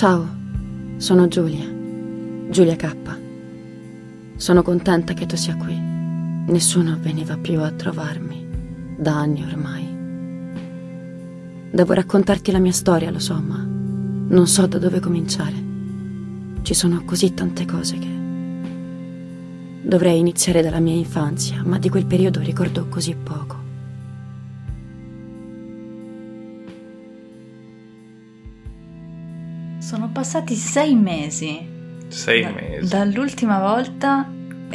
Ciao, sono Giulia K. Sono contenta che tu sia qui. Nessuno veniva più a trovarmi da anni ormai. Devo raccontarti la mia storia, lo so, ma non so da dove cominciare. Ci sono così tante cose che... Dovrei iniziare dalla mia infanzia, ma di quel periodo ricordo così poco. Sono passati 6 mesi. 6 mesi. Dall'ultima volta.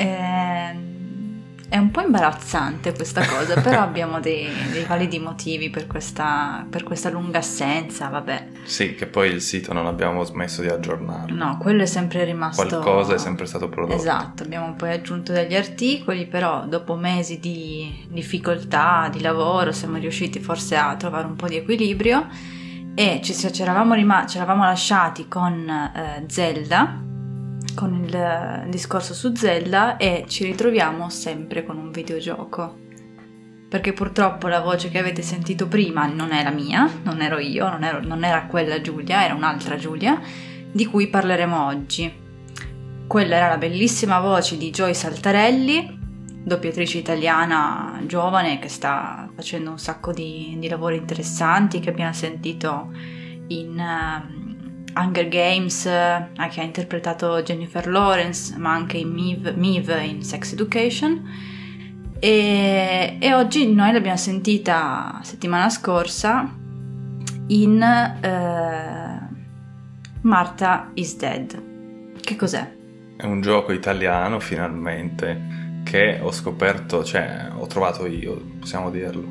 È un po' imbarazzante questa cosa, però abbiamo dei validi motivi per questa lunga assenza, vabbè. Sì, che poi il sito non abbiamo smesso di aggiornarlo. No, quello è sempre rimasto... Qualcosa è sempre stato prodotto. Esatto, abbiamo poi aggiunto degli articoli, però dopo mesi di difficoltà, di lavoro, siamo riusciti forse a trovare un po' di equilibrio e ci eravamo lasciati con Zelda, con il discorso su Zelda, e ci ritroviamo sempre con un videogioco, perché purtroppo la voce che avete sentito prima non è la mia, non ero io, non era quella Giulia, era un'altra Giulia di cui parleremo oggi. Quella era la bellissima voce di Joyce Altarelli, doppiatrice italiana giovane che sta facendo un sacco di lavori interessanti, che abbiamo sentito in Hunger Games, che ha interpretato Jennifer Lawrence, ma anche in Maeve in Sex Education, e oggi noi l'abbiamo sentita settimana scorsa in Martha is Dead. Che cos'è? È un gioco italiano finalmente che ho scoperto, cioè ho trovato io, possiamo dirlo,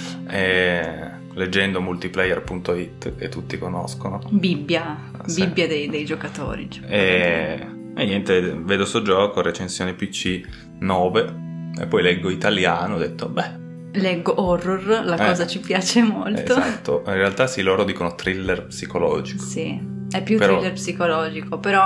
leggendo multiplayer.it, che tutti conoscono. Bibbia Sì. dei giocatori. E niente, vedo sto gioco, recensione PC 9, e poi leggo italiano, ho detto beh, leggo horror, la cosa ci piace molto. Esatto, in realtà sì, loro dicono thriller psicologico. Sì, è più thriller psicologico, però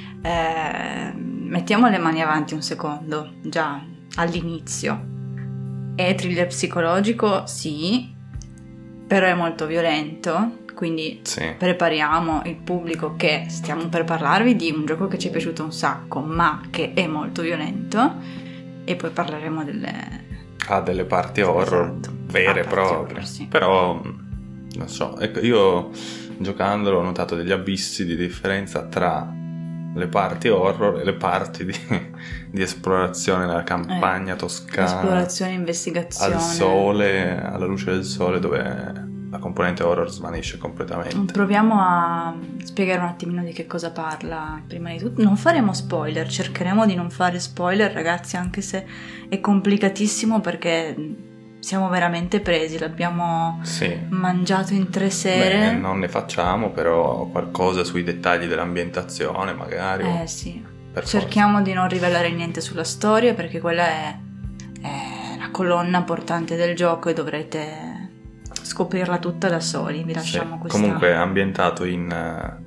mettiamo le mani avanti un secondo, già all'inizio. È thriller psicologico, sì, però è molto violento, quindi Sì. prepariamo il pubblico che stiamo per parlarvi di un gioco che ci è piaciuto un sacco, ma che è molto violento, e poi parleremo delle parti horror, esatto, vere e parti proprie. horror, sì. Però non so, ecco, io giocandolo ho notato degli abissi di differenza tra le parti horror e le parti di esplorazione nella campagna toscana, esplorazione, investigazione, al sole, alla luce del sole, dove la componente horror svanisce completamente. Proviamo a spiegare un attimino di che cosa parla. Prima di tutto non faremo spoiler, cercheremo di non fare spoiler, ragazzi, anche se è complicatissimo, perché siamo veramente presi, l'abbiamo mangiato in 3 sere. Beh, non ne facciamo, però qualcosa sui dettagli dell'ambientazione magari. Sì, cerchiamo di non rivelare niente sulla storia, perché quella è la colonna portante del gioco e dovrete scoprirla tutta da soli. Vi lasciamo questa... Comunque è ambientato nel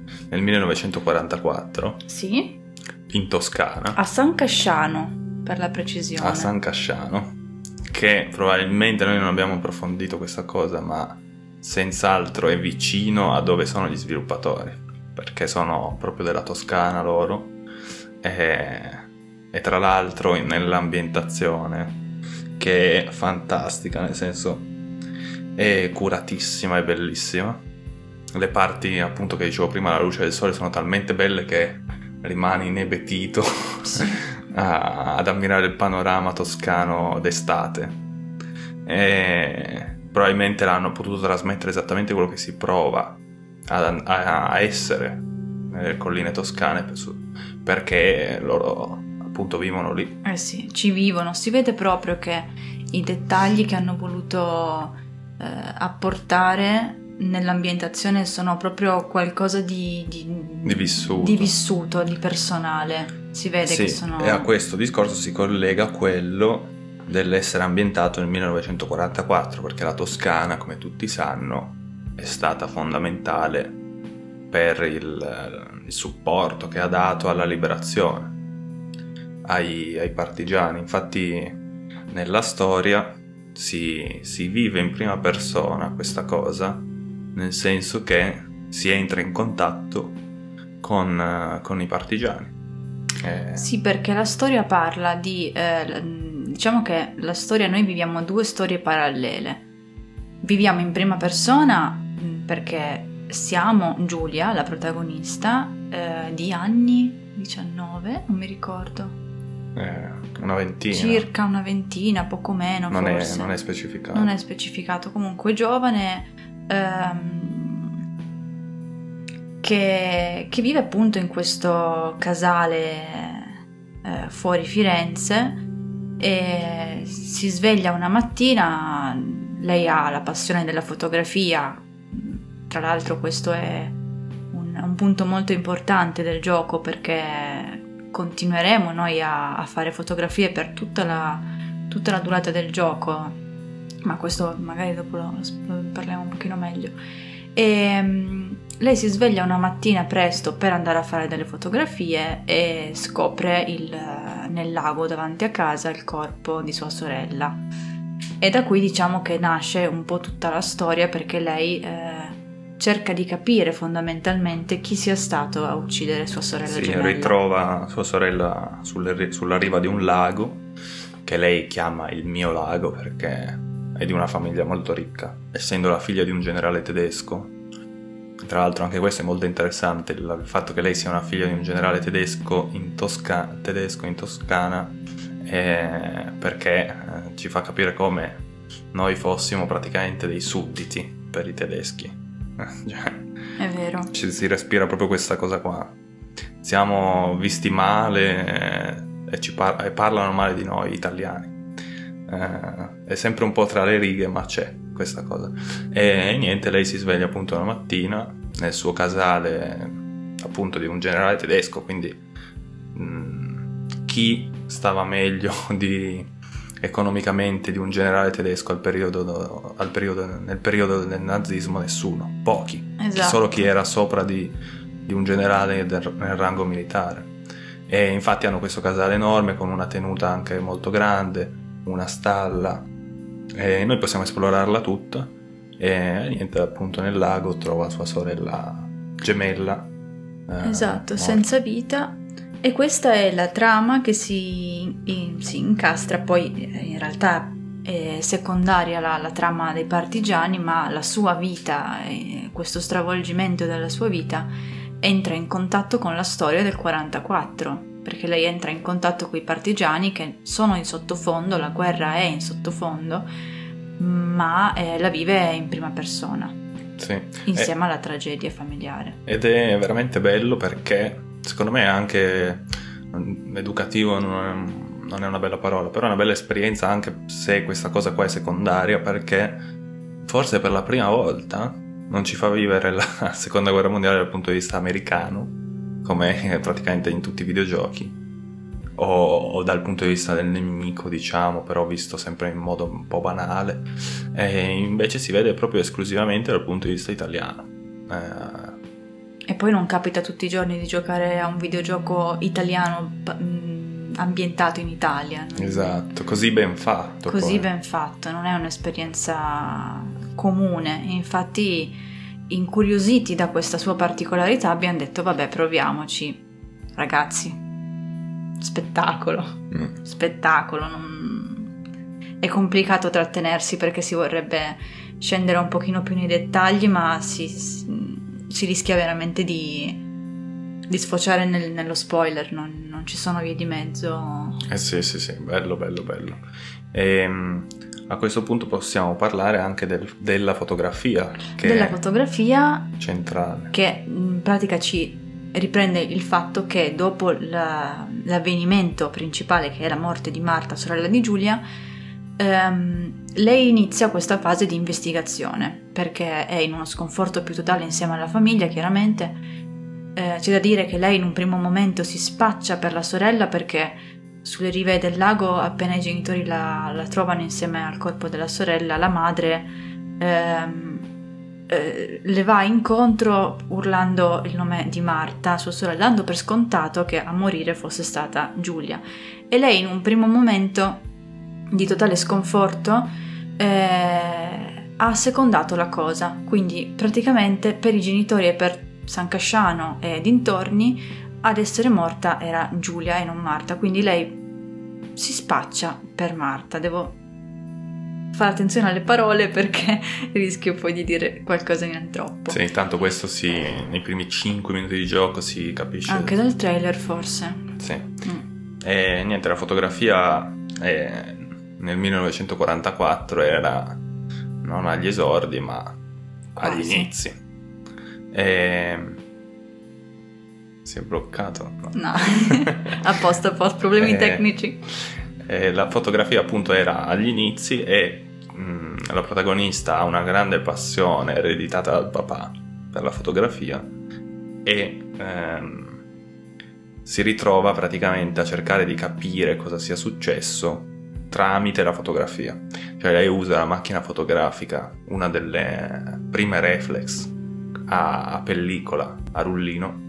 1944. Sì. In Toscana. A San Casciano, per la precisione. A San Casciano, che probabilmente noi non abbiamo approfondito questa cosa, ma senz'altro è vicino a dove sono gli sviluppatori, perché sono proprio della Toscana loro, e tra l'altro nell'ambientazione, che è fantastica, nel senso è curatissima e bellissima. Le parti appunto che dicevo prima, la luce del sole, sono talmente belle che rimani inebetito ad ammirare il panorama toscano d'estate, e probabilmente l'hanno potuto trasmettere esattamente quello che si prova a essere nelle colline toscane, perché loro appunto vivono lì. Sì, ci vivono, si vede proprio che i dettagli che hanno voluto apportare nell'ambientazione sono proprio qualcosa di vissuto, di personale. Si vede che sono... E a questo discorso si collega quello dell'essere ambientato nel 1944, perché la Toscana, come tutti sanno, è stata fondamentale per il supporto che ha dato alla liberazione, ai partigiani. Infatti nella storia si vive in prima persona questa cosa, nel senso che si entra in contatto con i partigiani. Sì, perché la storia parla di... diciamo che la storia, noi viviamo 2 storie parallele. Viviamo in prima persona perché siamo Giulia, la protagonista, di anni 19, non mi ricordo. Una ventina. Circa una ventina, poco meno forse. Non è specificato. Non è specificato, comunque giovane, che vive appunto in questo casale fuori Firenze e si sveglia una mattina. Lei ha la passione della fotografia, tra l'altro questo è un punto molto importante del gioco, perché continueremo noi a fare fotografie per tutta la durata del gioco, ma questo magari dopo lo parliamo un pochino meglio. E lei si sveglia una mattina presto per andare a fare delle fotografie e scopre nel lago davanti a casa il corpo di sua sorella, e da qui diciamo che nasce un po' tutta la storia, perché lei cerca di capire fondamentalmente chi sia stato a uccidere sua sorella gemella. Ritrova sua sorella sulla riva di un lago che lei chiama il mio lago perché è di una famiglia molto ricca, essendo la figlia di un generale tedesco. Tra l'altro anche questo è molto interessante, il fatto che lei sia una figlia di un generale tedesco in Toscana, perché ci fa capire come noi fossimo praticamente dei sudditi per i tedeschi. È vero. Si respira proprio questa cosa qua. Siamo visti male e parlano male di noi italiani. È sempre un po' tra le righe, ma c'è questa cosa. E niente, lei si sveglia appunto una mattina nel suo casale appunto di un generale tedesco, quindi chi stava meglio economicamente di un generale tedesco nel periodo del nazismo? Nessuno, pochi. Esatto. Solo chi era sopra di un generale nel rango militare. E infatti hanno questo casale enorme con una tenuta anche molto grande, una stalla, e noi possiamo esplorarla tutta. E niente, appunto nel lago trova sua sorella gemella, esatto, morta, senza vita. E questa è la trama che si incastra, poi in realtà è secondaria la trama dei partigiani, ma la sua vita, questo stravolgimento della sua vita, entra in contatto con la storia del 44, perché lei entra in contatto con i partigiani che sono in sottofondo, la guerra è in sottofondo, ma la vive in prima persona, sì, insieme alla tragedia familiare. Ed è veramente bello perché secondo me è anche educativo, non è una bella parola, però è una bella esperienza, anche se questa cosa qua è secondaria, perché forse per la prima volta non ci fa vivere la seconda guerra mondiale dal punto di vista americano, come praticamente in tutti i videogiochi, o dal punto di vista del nemico, diciamo, però visto sempre in modo un po' banale, e invece si vede proprio esclusivamente dal punto di vista italiano. E poi non capita tutti i giorni di giocare a un videogioco italiano ambientato in Italia. Esatto, così ben fatto. Così poi. Ben fatto, non è un'esperienza comune. Infatti, incuriositi da questa sua particolarità, abbiamo detto vabbè, proviamoci. Ragazzi, spettacolo. Spettacolo. È complicato trattenersi perché si vorrebbe scendere un pochino più nei dettagli, ma si rischia veramente di sfociare nello spoiler, non ci sono vie di mezzo. Sì, bello. E a questo punto possiamo parlare anche della fotografia, della fotografia centrale, che in pratica ci riprende il fatto che dopo l'avvenimento principale, che è la morte di Marta, sorella di Giulia, lei inizia questa fase di investigazione perché è in uno sconforto più totale insieme alla famiglia, chiaramente. C'è da dire che lei in un primo momento si spaccia per la sorella perché sulle rive del lago, appena i genitori la trovano insieme al corpo della sorella, la madre le va incontro urlando il nome di Marta, sua sorella, dando per scontato che a morire fosse stata Giulia. E lei in un primo momento di totale sconforto ha assecondato la cosa, quindi praticamente per i genitori e per San Casciano e dintorni, ad essere morta era Giulia e non Marta, quindi lei si spaccia per Marta. Devo fare attenzione alle parole perché rischio poi di dire qualcosa di non troppo. Sì, tanto questo nei primi 5 minuti di gioco si capisce. Anche dal trailer forse. Sì. E niente, la fotografia nel 1944 era non agli esordi ma agli inizi. Si è bloccato? No. A posto, problemi tecnici. La fotografia appunto era agli inizi e la protagonista ha una grande passione ereditata dal papà per la fotografia e si ritrova praticamente a cercare di capire cosa sia successo tramite la fotografia. Cioè lei usa la macchina fotografica, una delle prime reflex a pellicola, a rullino,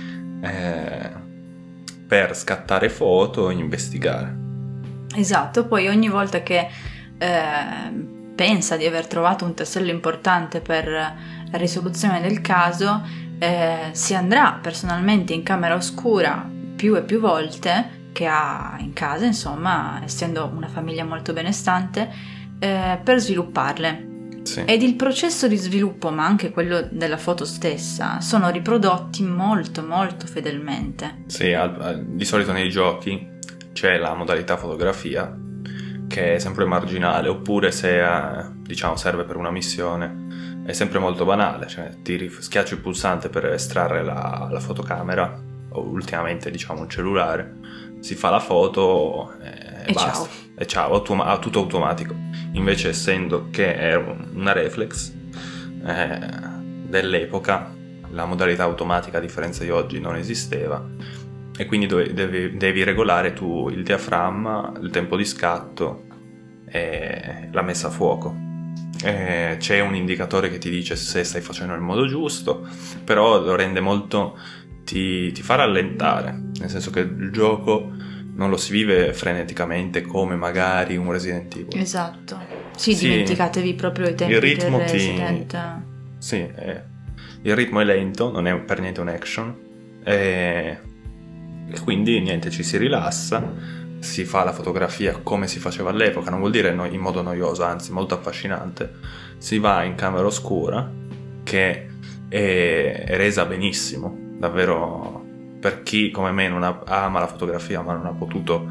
per scattare foto e investigare. Esatto, poi ogni volta che pensa di aver trovato un tassello importante per la risoluzione del caso, si andrà personalmente in camera oscura più e più volte che ha in casa, insomma, essendo una famiglia molto benestante, per svilupparle. Sì. Ed il processo di sviluppo, ma anche quello della foto stessa, sono riprodotti molto molto fedelmente. Sì, di solito nei giochi c'è la modalità fotografia che è sempre marginale, oppure se diciamo serve per una missione è sempre molto banale, cioè schiacci il pulsante per estrarre la fotocamera o ultimamente diciamo un cellulare, si fa la foto e basta. Ciao. E ciao, tutto automatico. Invece essendo che è una reflex dell'epoca, la modalità automatica a differenza di oggi non esisteva e quindi devi regolare tu il diaframma, il tempo di scatto e la messa a fuoco. C'è un indicatore che ti dice se stai facendo nel modo giusto, però lo rende molto, ti fa rallentare, nel senso che il gioco non lo si vive freneticamente come magari un Resident Evil. Esatto. Sì, dimenticatevi proprio i tempi il ritmo del Resident. Sì, il ritmo è lento, non è per niente un action e quindi niente, ci si rilassa, si fa la fotografia come si faceva all'epoca, non vuol dire in modo noioso, anzi molto affascinante. Si va in camera oscura che è resa benissimo, davvero. Per chi come me non ama la fotografia ma non ha potuto,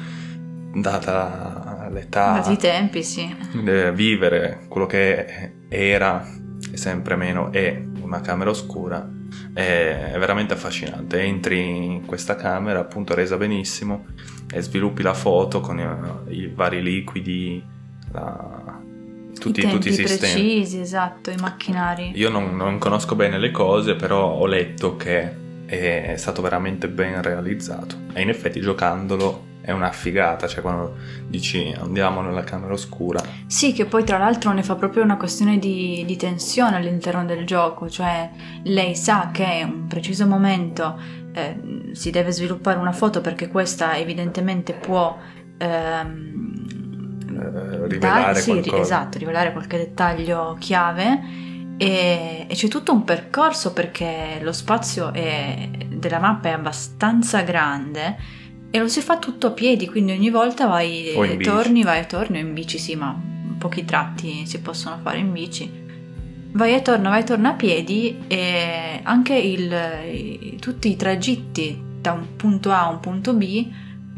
data l'età, dati i tempi, sì, vivere quello che era e sempre meno è una camera oscura, è veramente affascinante. Entri in questa camera appunto resa benissimo e sviluppi la foto con i vari liquidi, tutti i sistemi precisi, esatto, i macchinari. Io non conosco bene le cose, però ho letto che è stato veramente ben realizzato e in effetti giocandolo è una figata, cioè quando dici andiamo nella camera oscura. Sì, che poi tra l'altro ne fa proprio una questione di tensione all'interno del gioco, cioè lei sa che in un preciso momento si deve sviluppare una foto perché questa evidentemente può rivelare qualcosa. Esatto, rivelare qualche dettaglio chiave. E c'è tutto un percorso perché lo spazio della mappa è abbastanza grande e lo si fa tutto a piedi, quindi ogni volta vai e torni o in bici, sì, ma pochi tratti si possono fare in bici. Vai e torna a piedi e anche tutti i tragitti da un punto A a un punto B,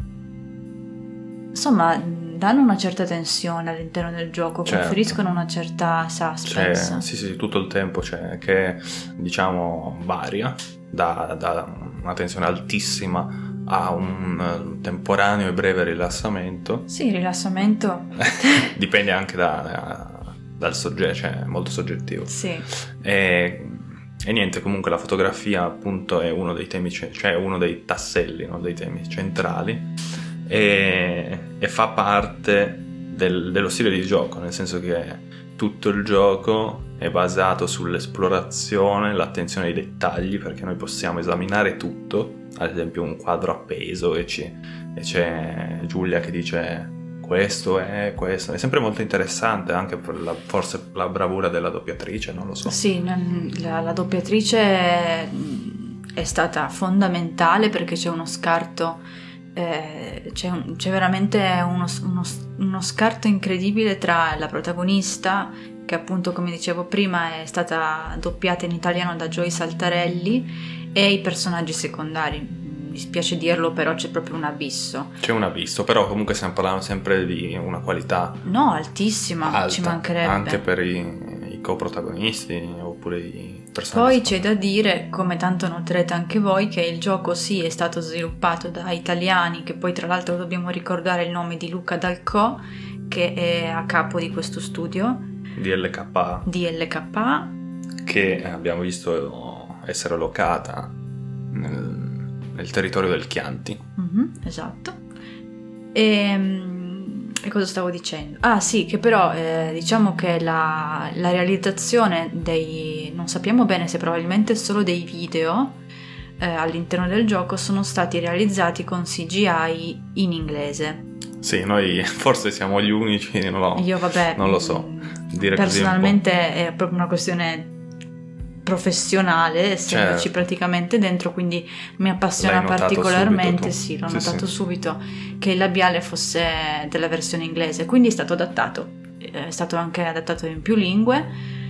insomma, danno una certa tensione all'interno del gioco, certo. Conferiscono una certa suspense. Sì, tutto il tempo che diciamo varia da una tensione altissima a un temporaneo e breve rilassamento. Sì, rilassamento dipende anche dal soggetto, cioè è molto soggettivo. Sì. E niente, comunque la fotografia appunto è uno dei temi, cioè uno dei tasselli, no, dei temi centrali. E fa parte dello stile di gioco, nel senso che tutto il gioco è basato sull'esplorazione, l'attenzione ai dettagli, perché noi possiamo esaminare tutto, ad esempio un quadro appeso e c'è Giulia che dice questo è sempre molto interessante, anche per forse la bravura della doppiatrice, non lo so. Sì, la doppiatrice è stata fondamentale, perché c'è uno scarto, c'è veramente uno scarto incredibile tra la protagonista, che appunto, come dicevo prima, è stata doppiata in italiano da Joyce Altarelli, e i personaggi secondari. Mi dispiace dirlo, però c'è proprio un abisso. C'è un abisso, però comunque stiamo parlando sempre di una qualità altissima, alta, ci mancherebbe. anche per i coprotagonisti oppure i personaggi. Poi c'è da dire, come tanto noterete anche voi, che il gioco sì è stato sviluppato da italiani, che poi tra l'altro dobbiamo ricordare il nome di Luca Dalcò, che è a capo di questo studio DLK, che abbiamo visto essere allocata nel territorio del Chianti. Esatto. E cosa stavo dicendo? Ah sì, che però diciamo che la realizzazione non sappiamo bene se probabilmente solo dei video all'interno del gioco sono stati realizzati con CGI in inglese. Sì, noi forse siamo gli unici, Io vabbè, non lo so. Dire personalmente è proprio una questione professionale, essendoci praticamente dentro, quindi mi appassiona particolarmente. Sì, l'ho notato subito che il labiale fosse della versione inglese, quindi è stato adattato, è stato anche adattato in più lingue,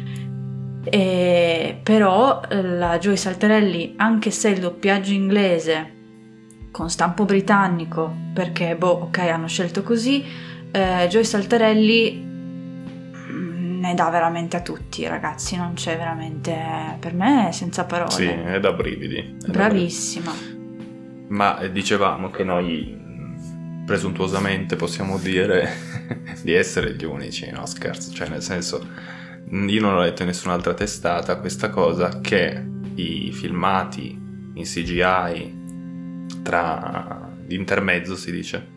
però la Joyce Altarelli, anche se il doppiaggio inglese con stampo britannico, perché ok, hanno scelto così, Joyce Altarelli ne dà veramente a tutti, ragazzi, non c'è veramente, per me è senza parole. Sì, è da brividi. Bravissima. Ma dicevamo che noi presuntuosamente possiamo dire di essere gli unici, no scherzo, cioè nel senso, io non ho letto in nessun'altra testata questa cosa, che i filmati in CGI di intermezzo si dice,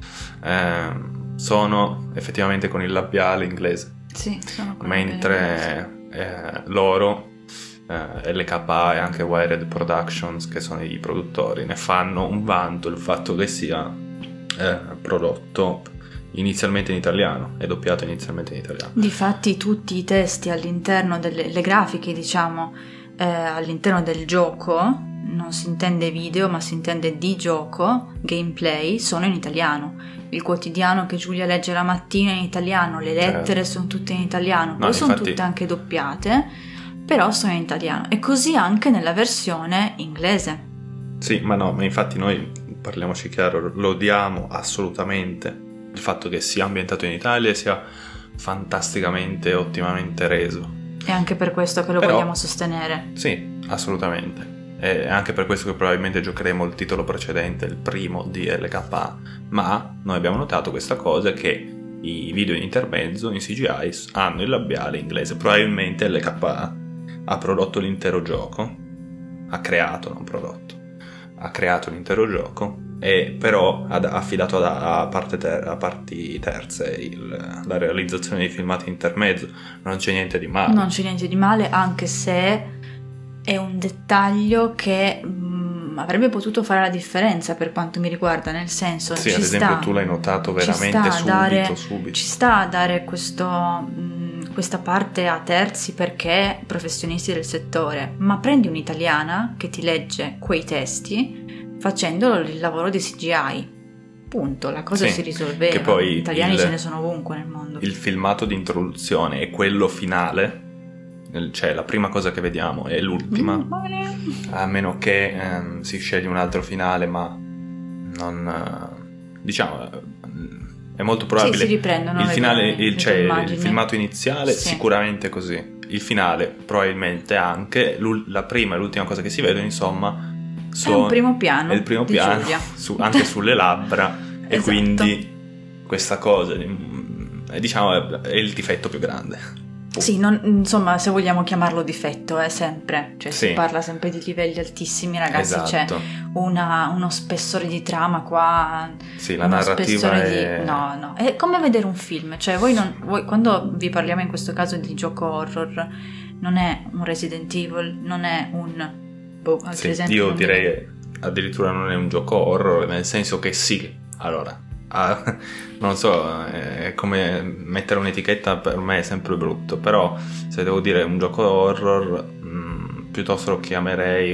sono effettivamente con il labiale inglese. Sì, sono con mentre loro, LKA e anche Wired Productions, che sono i produttori, ne fanno un vanto il fatto che sia prodotto inizialmente in italiano e doppiato inizialmente in italiano. Difatti tutti i testi all'interno le grafiche, diciamo, all'interno del gioco, non si intende video ma si intende di gioco, gameplay, sono in italiano. Il quotidiano che Giulia legge la mattina è in italiano, le lettere sono tutte in italiano, poi sono tutte anche doppiate, però sono in italiano, e così anche nella versione inglese. Sì, ma infatti noi, parliamoci chiaro, lo odiamo assolutamente il fatto che sia ambientato in Italia e sia fantasticamente, ottimamente reso. È anche per questo che lo vogliamo sostenere. Sì, assolutamente. È anche per questo che probabilmente giocheremo il titolo precedente, il primo di LKA, ma noi abbiamo notato questa cosa, che i video in intermezzo in CGI hanno il labiale inglese. Probabilmente LKA ha prodotto l'intero gioco, ha creato l'intero gioco, e però ha affidato a parti terze la realizzazione dei filmati intermezzo. Non c'è niente di male. Non c'è niente di male, anche se è un dettaglio che avrebbe potuto fare la differenza per quanto mi riguarda, nel senso, sì, ad esempio tu l'hai notato veramente subito. Ci sta a dare questa parte a terzi, perché professionisti del settore, ma prendi un'italiana che ti legge quei testi facendolo il lavoro di CGI, punto, la cosa si risolveva. Che poi gli italiani ce ne sono ovunque nel mondo. Il filmato di introduzione e quello finale, cioè la prima cosa che vediamo è l'ultima, a meno che si sceglie un altro finale, ma non diciamo, è molto probabile. Sì, si riprendono il finale, il filmato iniziale, sicuramente così, il finale probabilmente anche, la prima e l'ultima cosa che si vedono, insomma, è un primo piano, è il primo piano anche sulle labbra. E esatto. Quindi questa cosa, diciamo, è il difetto più grande. Sì, insomma, se vogliamo chiamarlo difetto, è sempre, cioè si parla sempre di livelli altissimi, ragazzi. Esatto. C'è uno spessore di trama qua. Sì, la narrativa è... No, è come vedere un film, cioè voi quando vi parliamo in questo caso di gioco horror, non è un Resident Evil, non è un... io direi addirittura non è un gioco horror, nel senso che allora, non so, è come mettere un'etichetta, per me è sempre brutto, però se devo dire un gioco horror, piuttosto lo chiamerei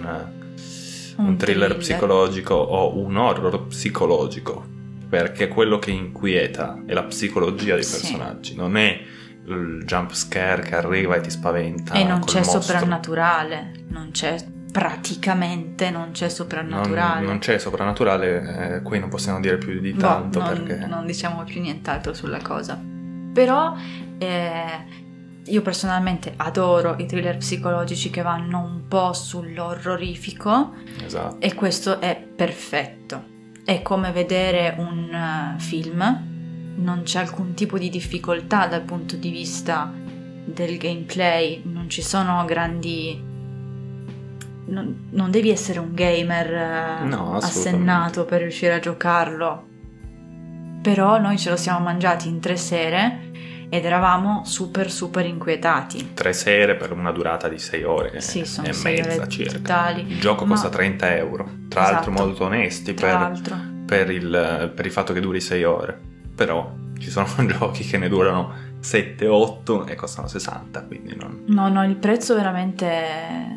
un thriller psicologico o un horror psicologico, perché quello che inquieta è la psicologia dei personaggi, non è il jump scare che arriva e ti spaventa. E non col c'è mostro. soprannaturale, non c'è praticamente, non c'è soprannaturale. Non c'è soprannaturale, qui non possiamo dire più di tanto perché... Non diciamo più nient'altro sulla cosa. Però io personalmente adoro i thriller psicologici che vanno un po' sull'orrorifico. Esatto. E questo è perfetto. È come vedere un film, non c'è alcun tipo di difficoltà dal punto di vista del gameplay, non ci sono grandi... Non devi essere un gamer assennato per riuscire a giocarlo. Però noi ce lo siamo mangiati in 3 sere ed eravamo super inquietati. 3 sere per una durata di 6 ore sì, sono e 6 mezza ore circa. Totali. Il gioco costa 30 euro, tra l'altro molto onesti per il fatto che duri 6 ore. Però ci sono giochi che ne durano 7-8 e costano 60, quindi non... No, il prezzo veramente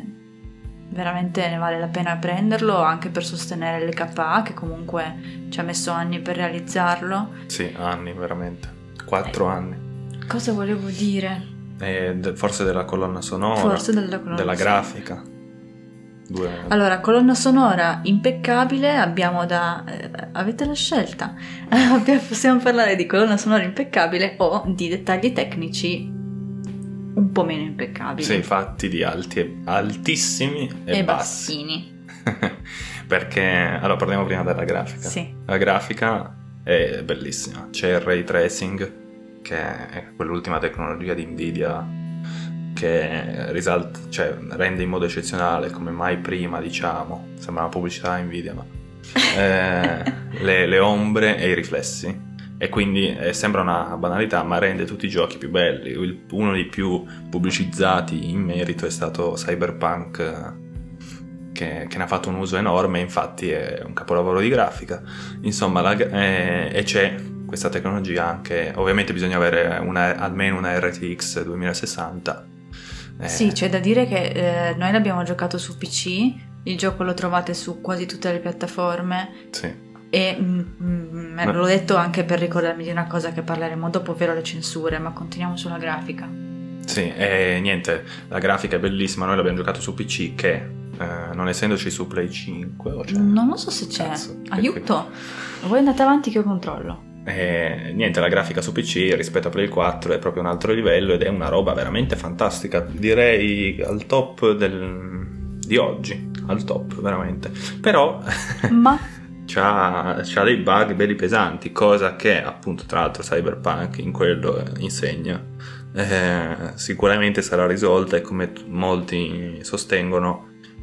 ne vale la pena prenderlo, anche per sostenere l'LKA, che comunque ci ha messo anni per realizzarlo. Sì, anni, veramente. 4 anni. Cosa volevo dire? Forse della colonna sonora. Forse della colonna della sonora. Grafica. Allora, colonna sonora impeccabile, abbiamo avete la scelta. Possiamo parlare di colonna sonora impeccabile o di dettagli tecnici un po' meno impeccabili. Sì, fatti di altissimi e bassini. Perché, allora, parliamo prima della grafica. Sì. La grafica è bellissima. C'è il ray tracing, che è quell'ultima tecnologia di Nvidia che rende in modo eccezionale, come mai prima, diciamo. Sembra una pubblicità Nvidia, ma le ombre e i riflessi. E quindi sembra una banalità, ma rende tutti i giochi più belli. Uno dei più pubblicizzati in merito è stato Cyberpunk, che ne ha fatto un uso enorme, infatti è un capolavoro di grafica. Insomma, e c'è questa tecnologia anche, ovviamente bisogna avere almeno una RTX 2060. Sì, c'è da dire che noi l'abbiamo giocato su PC, il gioco lo trovate su quasi tutte le piattaforme. Sì. E l'ho detto anche per ricordarmi di una cosa che parleremo dopo, ovvero le censure, ma continuiamo sulla grafica. Sì, e niente, la grafica è bellissima, noi l'abbiamo giocato su PC che non essendoci su Play 5 non lo so se c'è. Aiuto, voi andate avanti che io controllo. Niente, la grafica su PC rispetto a Play 4 è proprio un altro livello ed è una roba veramente fantastica, direi al top di oggi, al top veramente. Però ma c'ha dei bug belli pesanti, cosa che appunto tra l'altro Cyberpunk in quello insegna. Sicuramente sarà risolta e come molti sostengono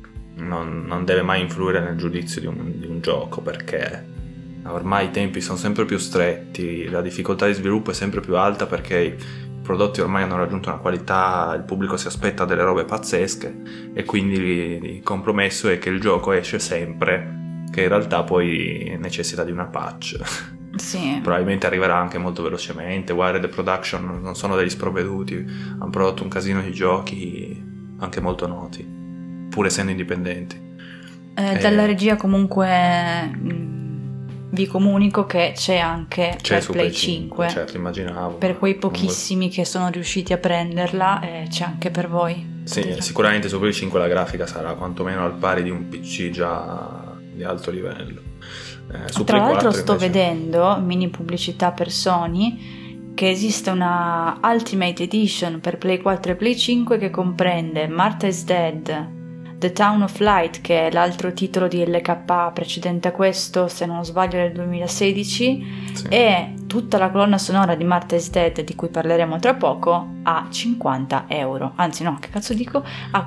non deve mai influire nel giudizio di un gioco, perché ormai i tempi sono sempre più stretti, la difficoltà di sviluppo è sempre più alta perché i prodotti ormai hanno raggiunto una qualità, il pubblico si aspetta delle robe pazzesche e quindi il compromesso è che il gioco esce sempre, che in realtà poi necessita di una patch. Sì. Probabilmente arriverà anche molto velocemente. Wired Production non sono degli sprovveduti, hanno prodotto un casino di giochi anche molto noti, pur essendo indipendenti. Dalla regia comunque vi comunico che c'è anche per Play 5. Certo, immaginavo. Per quei pochissimi che sono riusciti a prenderla, c'è anche per voi. Sì, sicuramente su Play 5 la grafica sarà quantomeno al pari di un PC già di alto livello. Tra l'altro sto vedendo, mini pubblicità per Sony, che esiste una Ultimate Edition per Play 4 e Play 5 che comprende Martha is Dead, The Town of Light, che è l'altro titolo di LKA precedente a questo, se non sbaglio del 2016, sì. E tutta la colonna sonora di Martha is Dead, di cui parleremo tra poco, a 50 euro. Anzi no, che cazzo dico? A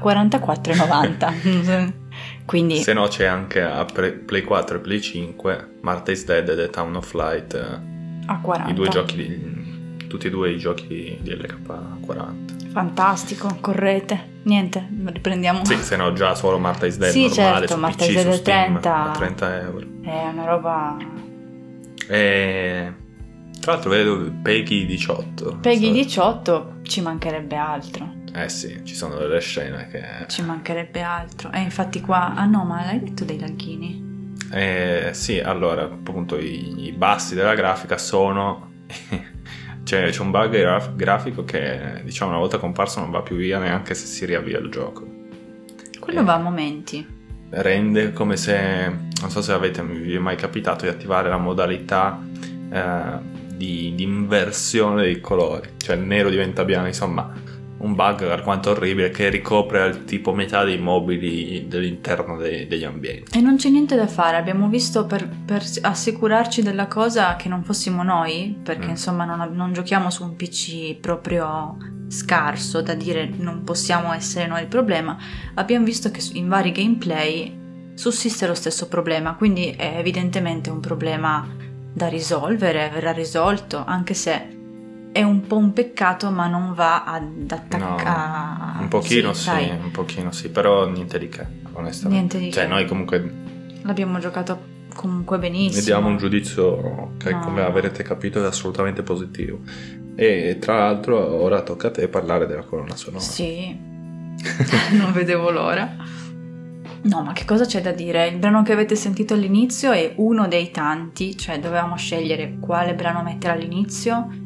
44,90. Quindi se no c'è anche a Play 4 e Play 5 Martha is Dead e The Town of Light a 40. I due giochi tutti e due i giochi di LK a 40. Fantastico, correte. Niente, riprendiamo. Sì, se no già solo Martha is Dead sì, normale certo, su Martha PC, is Dead su Steam, 30 a 30 euro. È una roba E tra l'altro vedo Peggy 18. Peggy 18, ci mancherebbe altro. Sì, ci sono delle scene che... Ci mancherebbe altro. E infatti qua... Ah no, ma l'hai detto dei lagchini? Sì, allora, appunto i bassi della grafica sono... c'è un bug grafico che, diciamo, una volta comparso non va più via neanche se si riavvia il gioco. Quello va a momenti. Rende come se... Non so se vi è mai capitato di attivare la modalità di inversione dei colori. Cioè il nero diventa bianco, insomma... Un bug alquanto orribile che ricopre tipo metà dei mobili dell'interno degli ambienti. E non c'è niente da fare, abbiamo visto per assicurarci della cosa che non fossimo noi, perché insomma non giochiamo su un PC proprio scarso da dire non possiamo essere noi il problema, abbiamo visto che in vari gameplay sussiste lo stesso problema, quindi è evidentemente un problema da risolvere, verrà risolto, anche se... È un po' un peccato, ma non va ad attaccare. No, un pochino sì, però niente di che, onestamente. Niente di che. Cioè, noi comunque l'abbiamo giocato comunque benissimo. Ne diamo un giudizio che, come avrete capito, è assolutamente positivo. E tra l'altro ora tocca a te parlare della colonna sonora. Sì, non vedevo l'ora. No, ma che cosa c'è da dire? Il brano che avete sentito all'inizio è uno dei tanti, cioè dovevamo scegliere quale brano mettere all'inizio.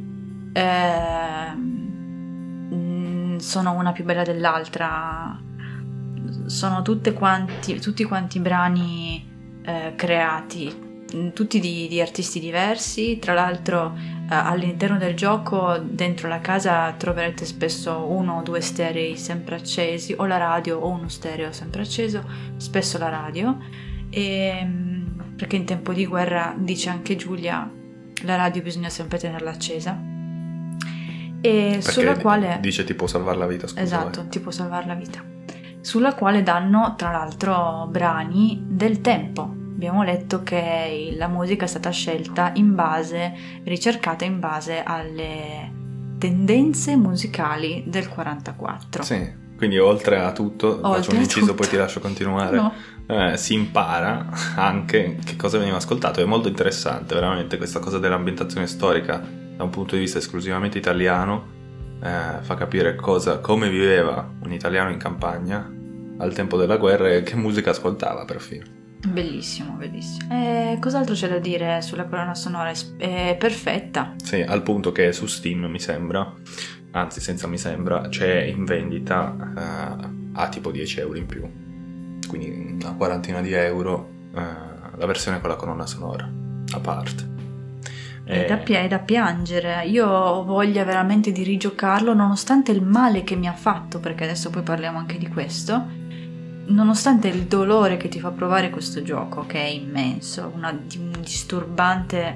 Sono una più bella dell'altra, sono tutti quanti brani creati, tutti di artisti diversi. Tra l'altro all'interno del gioco, dentro la casa, troverete spesso uno o due sterei sempre accesi, o la radio o uno stereo sempre acceso, spesso la radio, perché in tempo di guerra, dice anche Giulia, la radio bisogna sempre tenerla accesa. E perché sulla quale dice ti può salvare la vita, scusa. Esatto, ti può salvare la vita. Sulla quale danno tra l'altro brani del tempo. Abbiamo letto che la musica è stata scelta ricercata in base alle tendenze musicali del 44. Sì, quindi oltre a tutto, faccio un inciso poi ti lascio continuare. No. Si impara anche che cosa veniva ascoltato. È molto interessante veramente questa cosa dell'ambientazione storica da un punto di vista esclusivamente italiano. Fa capire come viveva un italiano in campagna al tempo della guerra e che musica ascoltava perfino. Bellissimo, bellissimo. Cos'altro c'è da dire sulla colonna sonora? È perfetta. Sì, al punto che su Steam mi sembra, anzi senza mi sembra, c'è in vendita a tipo 10 euro in più, quindi una quarantina di euro la versione con la colonna sonora a parte. È da piangere. Io ho voglia veramente di rigiocarlo, nonostante il male che mi ha fatto, perché adesso poi parliamo anche di questo, nonostante il dolore che ti fa provare questo gioco, che è immenso, un disturbante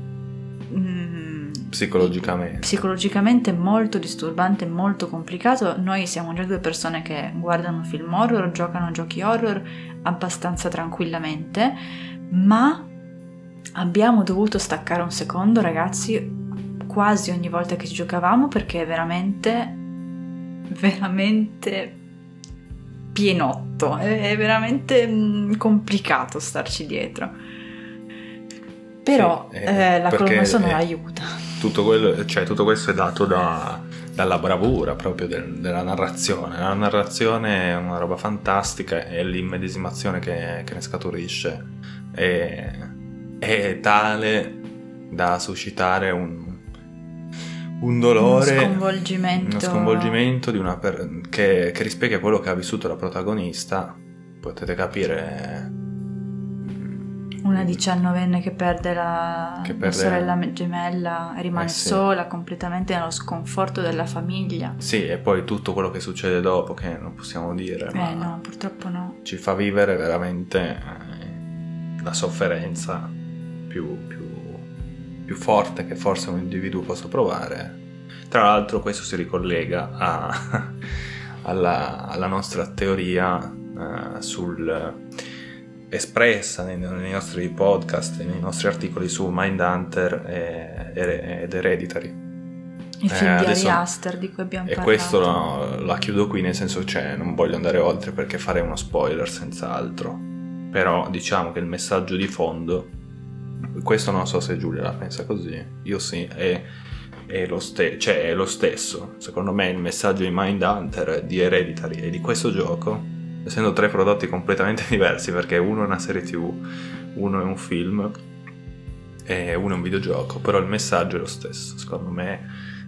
psicologicamente molto disturbante, molto complicato. Noi siamo già due persone che guardano film horror, giocano giochi horror abbastanza tranquillamente, ma abbiamo dovuto staccare un secondo, ragazzi, quasi ogni volta che ci giocavamo, perché è veramente pienotto, è veramente complicato starci dietro. Però sì, la colonna sonora aiuta. Tutto questo è dato dalla bravura proprio della narrazione. La narrazione è una roba fantastica e l'immedesimazione che ne scaturisce è tale da suscitare un dolore, uno sconvolgimento di che rispecchia quello che ha vissuto la protagonista. Potete capire una 19enne che perde la sorella gemella e rimane sola completamente nello sconforto della famiglia. Sì, e poi tutto quello che succede dopo, che non possiamo dire, ma no, purtroppo no, ci fa vivere veramente la sofferenza più forte che forse un individuo possa provare. Tra l'altro questo si ricollega alla nostra teoria espressa nei nostri podcast, nei nostri articoli su Mindhunter ed Hereditary. Il film di Ari Aster di cui abbiamo parlato. E questo la chiudo qui, nel senso, non voglio andare oltre perché farei uno spoiler senz'altro, però diciamo che il messaggio di fondo questo non so se Giulia la pensa così, io sì, è lo stesso. Secondo me il messaggio di Mindhunter, di Hereditary e di questo gioco, essendo 3 prodotti completamente diversi, perché uno è una serie TV, uno è un film e uno è un videogioco, però il messaggio è lo stesso. Secondo me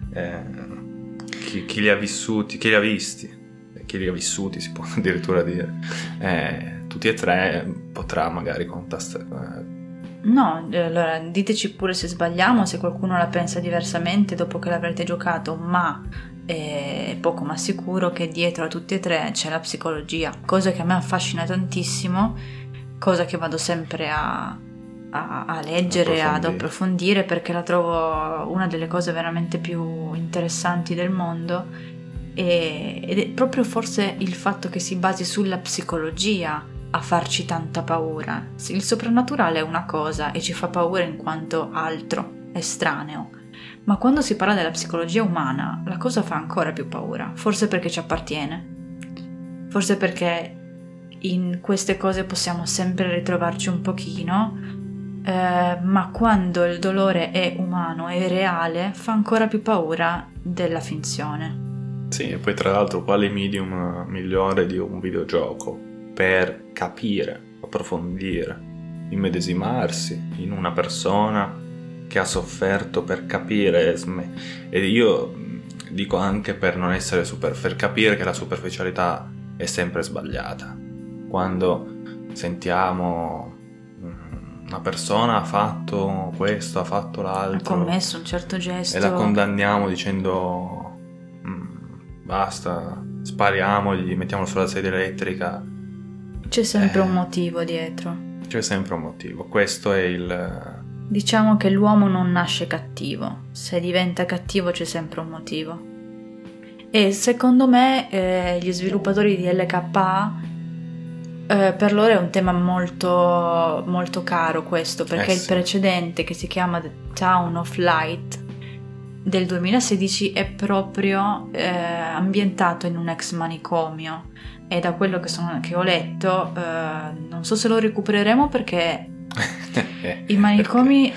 chi li ha vissuti, chi li ha vissuti si può addirittura dire, tutti e 3 potrà magari contrastare. No, allora diteci pure se sbagliamo, se qualcuno la pensa diversamente dopo che l'avrete giocato, ma è poco ma sicuro che dietro a tutti e 3 c'è la psicologia, cosa che a me affascina tantissimo, cosa che vado sempre a leggere, ad approfondire, perché la trovo una delle cose veramente più interessanti del mondo, ed è proprio forse il fatto che si basi sulla psicologia a farci tanta paura. Il soprannaturale è una cosa e ci fa paura in quanto altro, estraneo, ma quando si parla della psicologia umana la cosa fa ancora più paura, forse perché ci appartiene, forse perché in queste cose possiamo sempre ritrovarci un pochino, ma quando il dolore è umano, è reale, fa ancora più paura della finzione. Sì, e poi tra l'altro quale medium migliore di un videogioco per capire, approfondire, immedesimarsi in una persona che ha sofferto, per capire, e io dico anche per non essere per capire che la superficialità è sempre sbagliata. Quando sentiamo una persona ha fatto questo, ha fatto l'altro, ha commesso un certo gesto e la condanniamo dicendo basta, spariamogli, mettiamolo sulla sedia elettrica. C'è sempre un motivo dietro. C'è sempre un motivo. Questo è Diciamo che l'uomo non nasce cattivo. Se diventa cattivo c'è sempre un motivo. E secondo me gli sviluppatori di LKA, per loro è un tema molto, molto caro questo, perché il precedente, che si chiama The Town of Light, del 2016, è proprio ambientato in un ex manicomio. E da quello che ho letto, non so se lo recupereremo perché i manicomi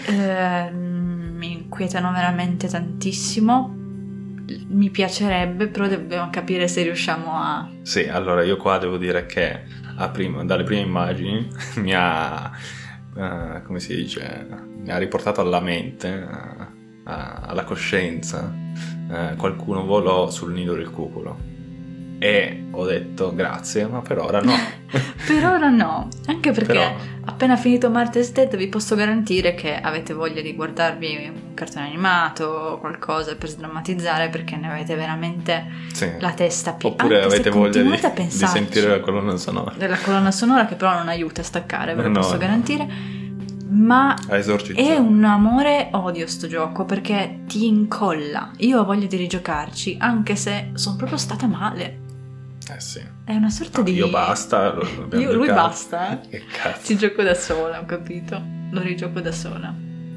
mi inquietano veramente tantissimo. Mi piacerebbe, però dobbiamo capire se riusciamo a... Sì, allora io qua devo dire che dalle prime immagini mi ha, come si dice, mi ha riportato alla mente, alla coscienza, qualcuno volò sul nido del cuculo. E ho detto grazie, ma per ora no. Per ora no, anche perché appena finito Martha's Dead vi posso garantire che avete voglia di guardarvi un cartone animato o qualcosa per sdrammatizzare, perché ne avete veramente la testa piena. Oppure avete voglia di sentire la colonna sonora. Della colonna sonora, che però non aiuta a staccare, ve lo posso garantire. Ma è un amore odio sto gioco, perché ti incolla. Io ho voglia di rigiocarci, anche se sono proprio stata male. Sì. È una sorta di... Io basta. Lui basta. Che cazzo. Ci gioco da sola, ho capito. Lo rigioco da sola.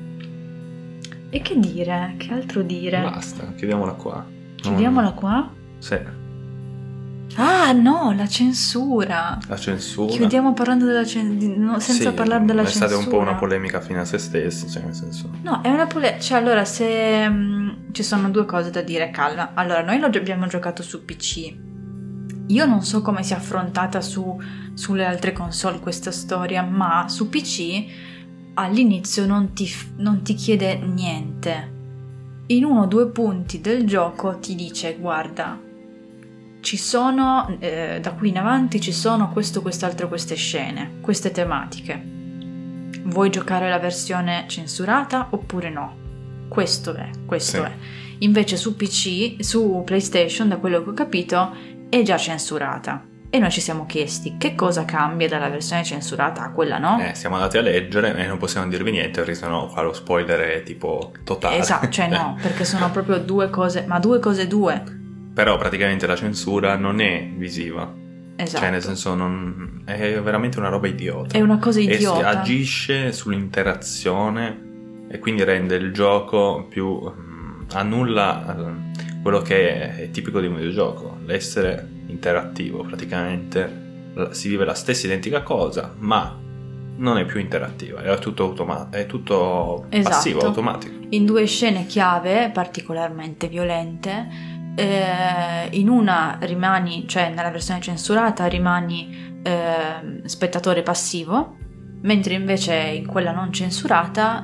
E che dire? Che altro dire? Basta, chiudiamola qua. Chiudiamola qua? Sì. Ah no, la censura. La censura. Chiudiamo parlando della senza parlare della censura. È stata un po' una polemica fine a se stessa, cioè nel senso. No, è una polemica. Cioè, allora, se ci sono due cose da dire, calma. Allora, noi lo abbiamo giocato su PC. Io non so come sia affrontata sulle altre console questa storia, ma su PC all'inizio non ti chiede niente. In 1 o 2 punti del gioco ti dice: guarda, ci sono da qui in avanti ci sono questo, quest'altro, queste scene, queste tematiche. Vuoi giocare la versione censurata oppure no? Questo è. Invece su PC, su PlayStation, da quello che ho capito, è già censurata. E noi ci siamo chiesti che cosa cambia dalla versione censurata a quella no? Siamo andati a leggere e non possiamo dirvi niente, perché sennò qua lo spoiler è tipo totale. Esatto, cioè no, perché sono proprio 2 cose, ma 2 cose 2. Però praticamente la censura non è visiva. Esatto. Cioè nel senso è veramente una roba idiota. È una cosa idiota. E agisce sull'interazione e quindi rende il gioco più... annulla quello che è tipico di un videogioco, l'essere interattivo. Praticamente si vive la stessa identica cosa, ma non è più interattiva, è tutto è tutto Esatto. passivo, automatico. In 2 scene chiave particolarmente violente, in una rimani, cioè nella versione censurata rimani spettatore passivo, mentre invece in quella non censurata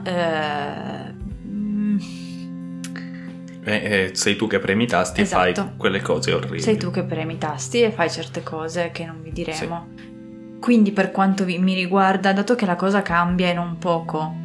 sei tu che premi i tasti e Esatto. fai quelle cose orribili. sei tu che premi i tasti e fai certe cose che non vi diremo. Quindi per quanto mi riguarda, dato che la cosa cambia in un poco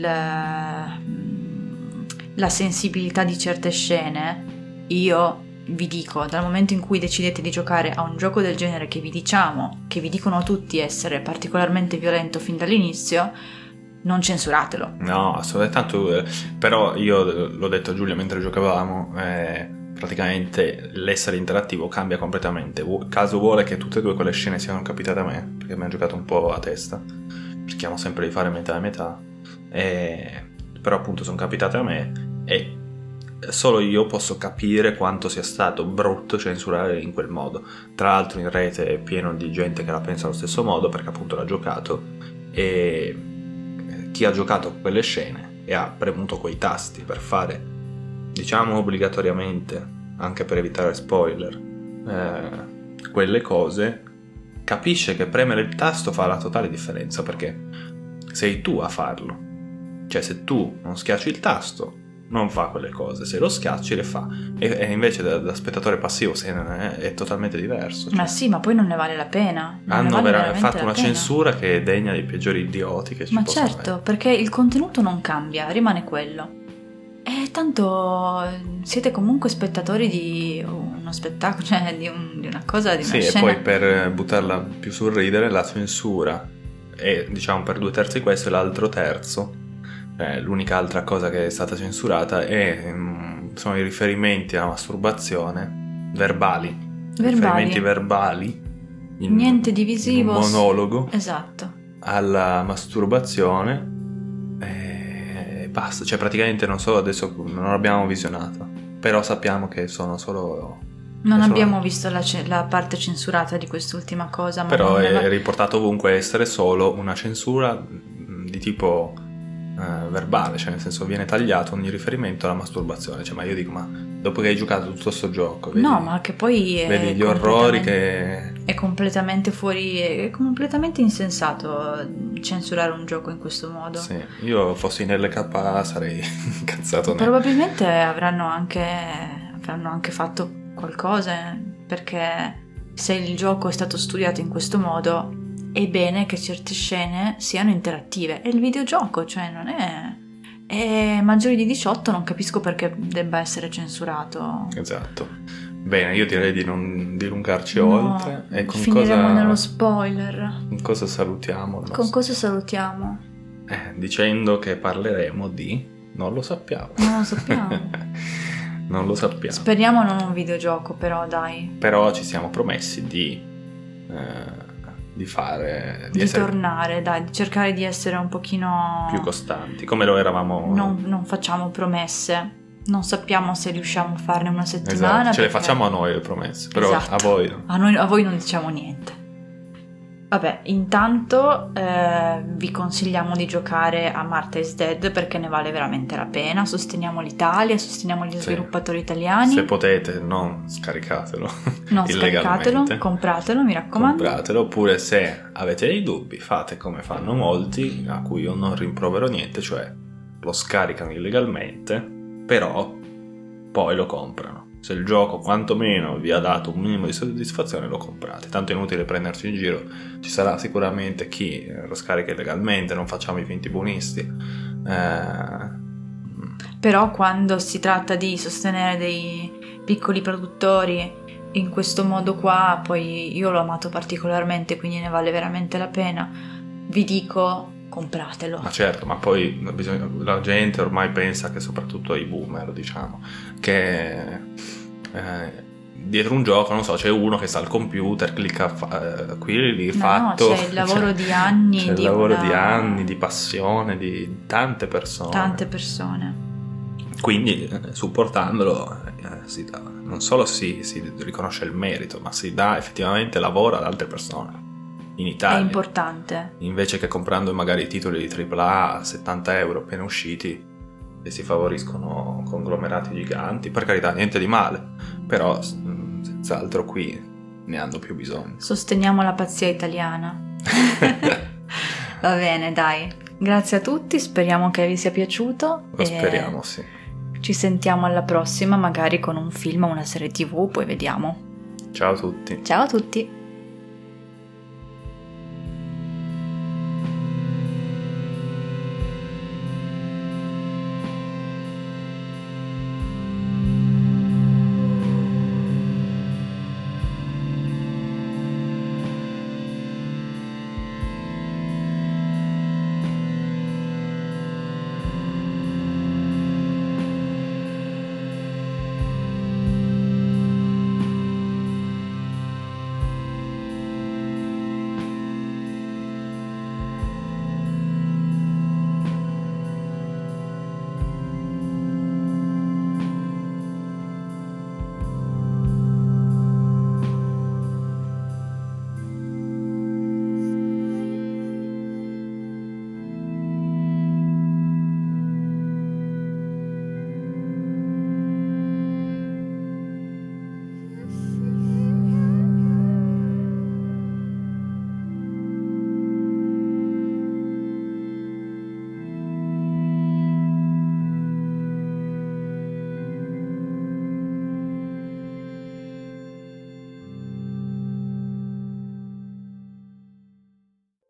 la sensibilità di certe scene, io vi dico, dal momento in cui decidete di giocare a un gioco del genere che vi dicono tutti essere particolarmente violento fin dall'inizio, non censuratelo. No, assolutamente. Però io l'ho detto a Giulia mentre giocavamo, praticamente l'essere interattivo cambia completamente. Caso vuole che tutte e 2 quelle scene siano capitate a me, perché mi hanno giocato un po' a testa, cerchiamo sempre di fare metà e metà, però appunto sono capitate a me e solo io posso capire quanto sia stato brutto censurare in quel modo. Tra l'altro in rete è pieno di gente che la pensa allo stesso modo, perché appunto l'ha giocato, e chi ha giocato quelle scene e ha premuto quei tasti per fare, diciamo obbligatoriamente, anche per evitare spoiler, quelle cose, capisce che premere il tasto fa la totale differenza, perché sei tu a farlo. Cioè, se tu non schiacci il tasto non fa quelle cose, se lo schiacci le fa, e invece da spettatore passivo è totalmente diverso. Ma sì, ma poi non ne vale la pena. Hanno veramente fatto una censura che è degna dei peggiori idioti che ci possano avere. Ma certo, perché il contenuto non cambia, rimane quello. E tanto siete comunque spettatori di uno spettacolo, cioè di una cosa, di una sì, scena. E poi per buttarla più sul ridere, la censura è, diciamo, per 2/3 questo, e l'altro terzo, l'unica altra cosa che è stata censurata sono i riferimenti alla masturbazione verbali. Riferimenti verbali, niente di visivo, in un monologo, esatto, alla masturbazione, e basta. Cioè praticamente non so, adesso non l'abbiamo visionata, però sappiamo che sono solo... Non abbiamo visto la parte censurata di quest'ultima cosa, ma però è riportato ovunque essere solo una censura di tipo verbale, cioè nel senso viene tagliato ogni riferimento alla masturbazione. Cioè, ma io dico, ma dopo che hai giocato tutto sto gioco, vedi, no, ma che poi vedi gli orrori che... È completamente fuori, è completamente insensato censurare un gioco in questo modo. Sì, io fossi nell'LK sarei incazzato. Probabilmente avranno anche fatto qualcosa, perché se il gioco è stato studiato in questo modo è bene che certe scene siano interattive. È il videogioco, cioè non è maggiori di 18, non capisco perché debba essere censurato. Esatto. Bene, io direi di non dilungarci oltre. E con finiremo nello spoiler. Con cosa salutiamo? Con cosa salutiamo? Dicendo che parleremo di... Non lo sappiamo. Non lo sappiamo. Non lo sappiamo. Speriamo non un videogioco, però dai. Però ci siamo promessi di fare... Di tornare, dai, di cercare di essere un pochino... più costanti, come lo eravamo... Non facciamo promesse. Non sappiamo se riusciamo a farne una settimana. Esatto, ce le facciamo a noi le promesse, però esatto. A voi no. A voi non diciamo niente. Vabbè, intanto vi consigliamo di giocare a Martha is Dead, perché ne vale veramente la pena. Sosteniamo l'Italia, sosteniamo gli sviluppatori italiani. Se potete, non scaricatelo. Non scaricatelo, compratelo, mi raccomando. Compratelo, oppure se avete dei dubbi, fate come fanno molti, a cui io non rimprovero niente, cioè lo scaricano illegalmente, però poi lo comprano. Se il gioco quantomeno vi ha dato un minimo di soddisfazione, lo comprate. Tanto è inutile prenderci in giro, ci sarà sicuramente chi lo scarica illegalmente, non facciamo i finti buonisti. Però quando si tratta di sostenere dei piccoli produttori in questo modo qua, poi io l'ho amato particolarmente, quindi ne vale veramente la pena. Vi dico, compratelo. Ma certo, ma poi la gente ormai pensa, che soprattutto i boomer, diciamo, che dietro un gioco, non so, c'è uno che sta al computer, clicca qui lì, fatto. No, c'è il lavoro di anni. C'è il lavoro di anni, di passione, di tante persone. Tante persone. Quindi supportandolo non solo si riconosce il merito, ma si dà effettivamente lavoro ad altre persone. in Italia. È importante. Invece che comprando magari titoli di AAA a 70 euro appena usciti, e si favoriscono conglomerati giganti. Per carità, niente di male, però senz'altro qui ne hanno più bisogno. Sosteniamo la pazzia italiana. Va bene, dai. Grazie a tutti, speriamo che vi sia piaciuto. Lo speriamo, sì. Ci sentiamo alla prossima, magari con un film o una serie TV, poi vediamo. Ciao a tutti. Ciao a tutti.